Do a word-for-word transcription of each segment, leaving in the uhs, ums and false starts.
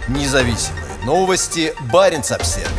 Независимые новости. Баренц-Обсервер.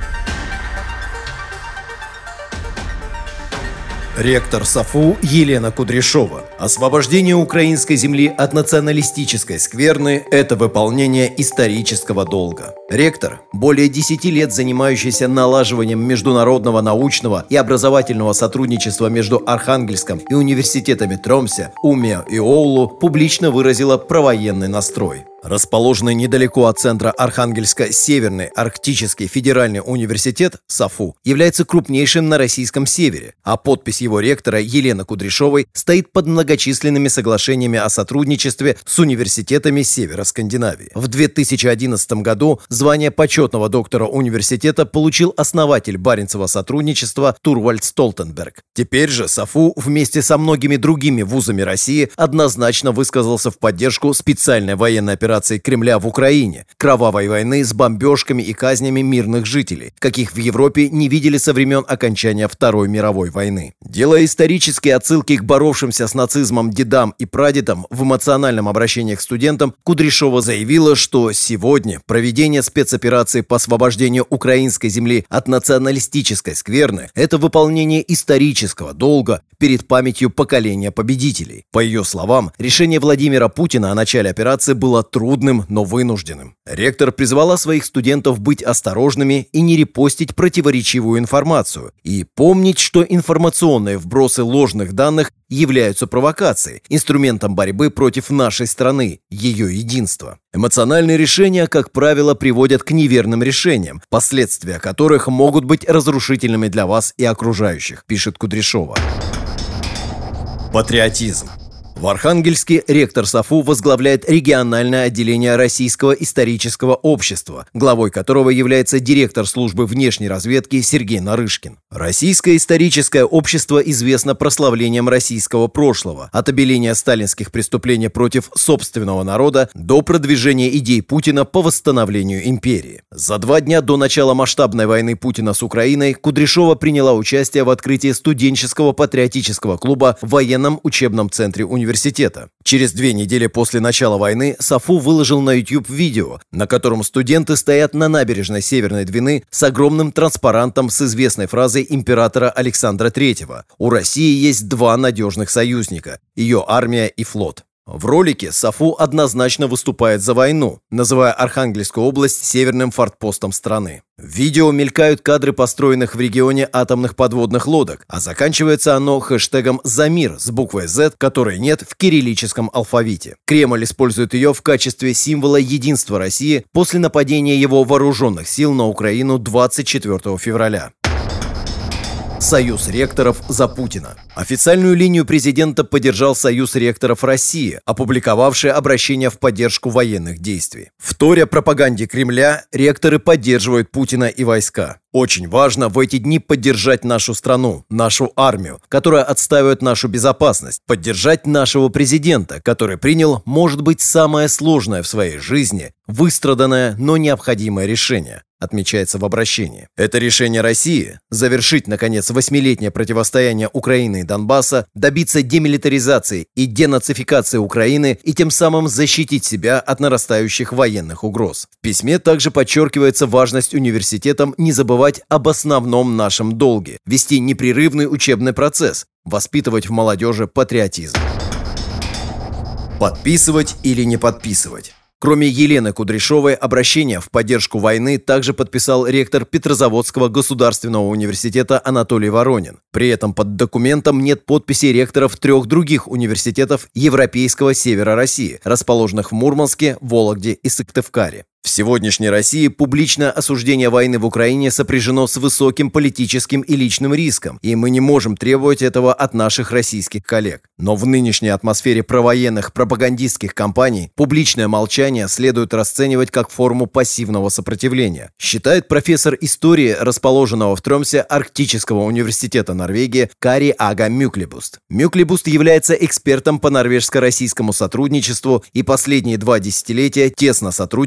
Ректор САФУ Елена Кудряшова. Освобождение украинской земли от националистической скверны – это выполнение исторического долга. Ректор, более десяти лет занимающийся налаживанием международного научного и образовательного сотрудничества между Архангельском и университетами Тромсе, Умиа и Оулу, публично выразила провоенный настрой. Расположенный недалеко от центра Архангельска Северный Арктический федеральный университет САФУ является крупнейшим на российском севере, а подпись его ректора Елены Кудряшовой стоит под многочисленными соглашениями о сотрудничестве с университетами Севера Скандинавии. В две тысячи одиннадцатом году звание почетного доктора университета получил основатель Баренцева сотрудничества Турвальд Столтенберг. Теперь же САФУ вместе со многими другими вузами России однозначно высказался в поддержку специальной военной операции Кремля в Украине, кровавой войны с бомбежками и казнями мирных жителей, каких в Европе не видели со времен окончания Второй мировой войны. Делая исторические отсылки к боровшимся с нацизмом дедам и прадедам в эмоциональном обращении к студентам, Кудряшова заявила, что сегодня проведение спецоперации по освобождению украинской земли от националистической скверны – это выполнение исторического долга перед памятью поколения победителей. По ее словам, решение Владимира Путина о начале операции было трудным, но вынужденным. Ректор призвала своих студентов быть осторожными и не репостить противоречивую информацию, и помнить, что информационные вбросы ложных данных являются провокацией, инструментом борьбы против нашей страны, ее единства. Эмоциональные решения, как правило, приводят к неверным решениям, последствия которых могут быть разрушительными для вас и окружающих, пишет Кудряшова. Патриотизм. В Архангельске ректор САФУ возглавляет региональное отделение Российского исторического общества, главой которого является директор службы внешней разведки Сергей Нарышкин. Российское историческое общество известно прославлением российского прошлого, от обеления сталинских преступлений против собственного народа до продвижения идей Путина по восстановлению империи. За два дня до начала масштабной войны Путина с Украиной Кудряшова приняла участие в открытии студенческого патриотического клуба в военном учебном центре университета. университета. Через две недели после начала войны САФУ выложил на YouTube видео, на котором студенты стоят на набережной Северной Двины с огромным транспарантом с известной фразой императора Александра Третьего: «У России есть два надежных союзника – ее армия и флот». В ролике САФУ однозначно выступает за войну, называя Архангельскую область северным фортпостом страны. В видео мелькают кадры построенных в регионе атомных подводных лодок, а заканчивается оно хэштегом «За мир» с буквой «З», которой нет в кириллическом алфавите. Кремль использует ее в качестве символа единства России после нападения его вооруженных сил на Украину двадцать четвёртого февраля. Союз ректоров за Путина. Официальную линию президента поддержал Союз ректоров России, опубликовавший обращение в поддержку военных действий. Вторя пропаганде Кремля, ректоры поддерживают Путина и войска. Очень важно в эти дни поддержать нашу страну, нашу армию, которая отстаивает нашу безопасность, поддержать нашего президента, который принял, может быть, самое сложное в своей жизни, выстраданное, но необходимое решение, отмечается в обращении. Это решение России – завершить, наконец, восьмилетнее противостояние Украины и Донбасса, добиться демилитаризации и денацификации Украины и тем самым защитить себя от нарастающих военных угроз. В письме также подчеркивается важность университетам не забывать об основном нашем долге – вести непрерывный учебный процесс, воспитывать в молодежи патриотизм. Подписывать или не подписывать? Кроме Елены Кудряшовой, обращение в поддержку войны также подписал ректор Петрозаводского государственного университета Анатолий Воронин. При этом под документом нет подписей ректоров трех других университетов Европейского севера России, расположенных в Мурманске, Вологде и Сыктывкаре. В сегодняшней России публичное осуждение войны в Украине сопряжено с высоким политическим и личным риском, и мы не можем требовать этого от наших российских коллег. Но в нынешней атмосфере провоенных пропагандистских кампаний публичное молчание следует расценивать как форму пассивного сопротивления, считает профессор истории расположенного в Тромсе Арктического университета Норвегии Кари Ага Мюклебуст. Мюклебуст является экспертом по норвежско-российскому сотрудничеству и последние два десятилетия тесно сотрудничает с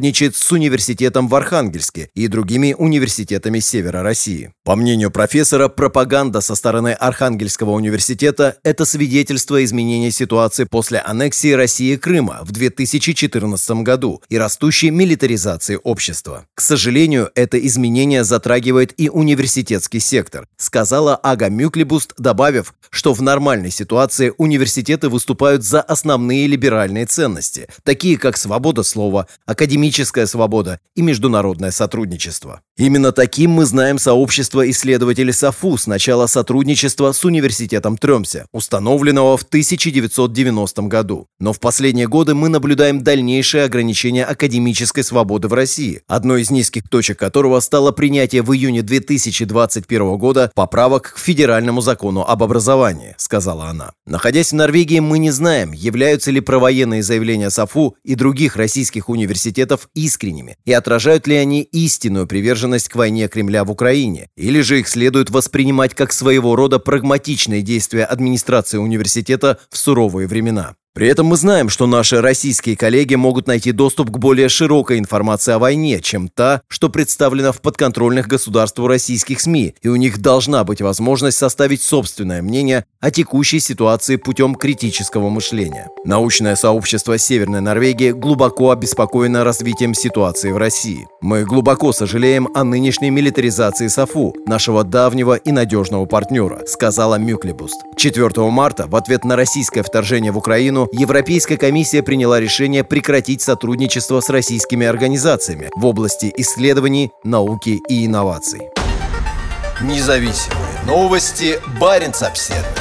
с университетом в Архангельске и другими университетами севера России. По мнению профессора, пропаганда со стороны Архангельского университета – это свидетельство изменения ситуации после аннексии России Крыма в две тысячи четырнадцатом году и растущей милитаризации общества. К сожалению, это изменение затрагивает и университетский сектор, сказала Ага Мюклебуст, добавив, что в нормальной ситуации университеты выступают за основные либеральные ценности, такие как свобода слова, академическая свобода и международное сотрудничество. Именно таким мы знаем сообщество исследователей САФУ с начала сотрудничества с университетом Тромсе, установленного в тысяча девятьсот девяностом году. Но в последние годы мы наблюдаем дальнейшее ограничение академической свободы в России, одной из низких точек которого стало принятие в июне две тысячи двадцать первого года поправок к федеральному закону об образовании, сказала она. Находясь в Норвегии, мы не знаем, являются ли провоенные заявления САФУ и других российских университетов искренними, и отражают ли они истинную приверженность к войне Кремля в Украине, или же их следует воспринимать как своего рода прагматичные действия администрации университета в суровые времена. При этом мы знаем, что наши российские коллеги могут найти доступ к более широкой информации о войне, чем та, что представлена в подконтрольных государству российских СМИ, и у них должна быть возможность составить собственное мнение о текущей ситуации путем критического мышления. Научное сообщество Северной Норвегии глубоко обеспокоено развитием ситуации в России. Мы глубоко сожалеем о нынешней милитаризации САФУ, нашего давнего и надежного партнера, сказала Мюклебуст. четвёртого марта в ответ на российское вторжение в Украину Европейская комиссия приняла решение прекратить сотрудничество с российскими организациями в области исследований, науки и инноваций. Независимые новости. Баренц-Обседный.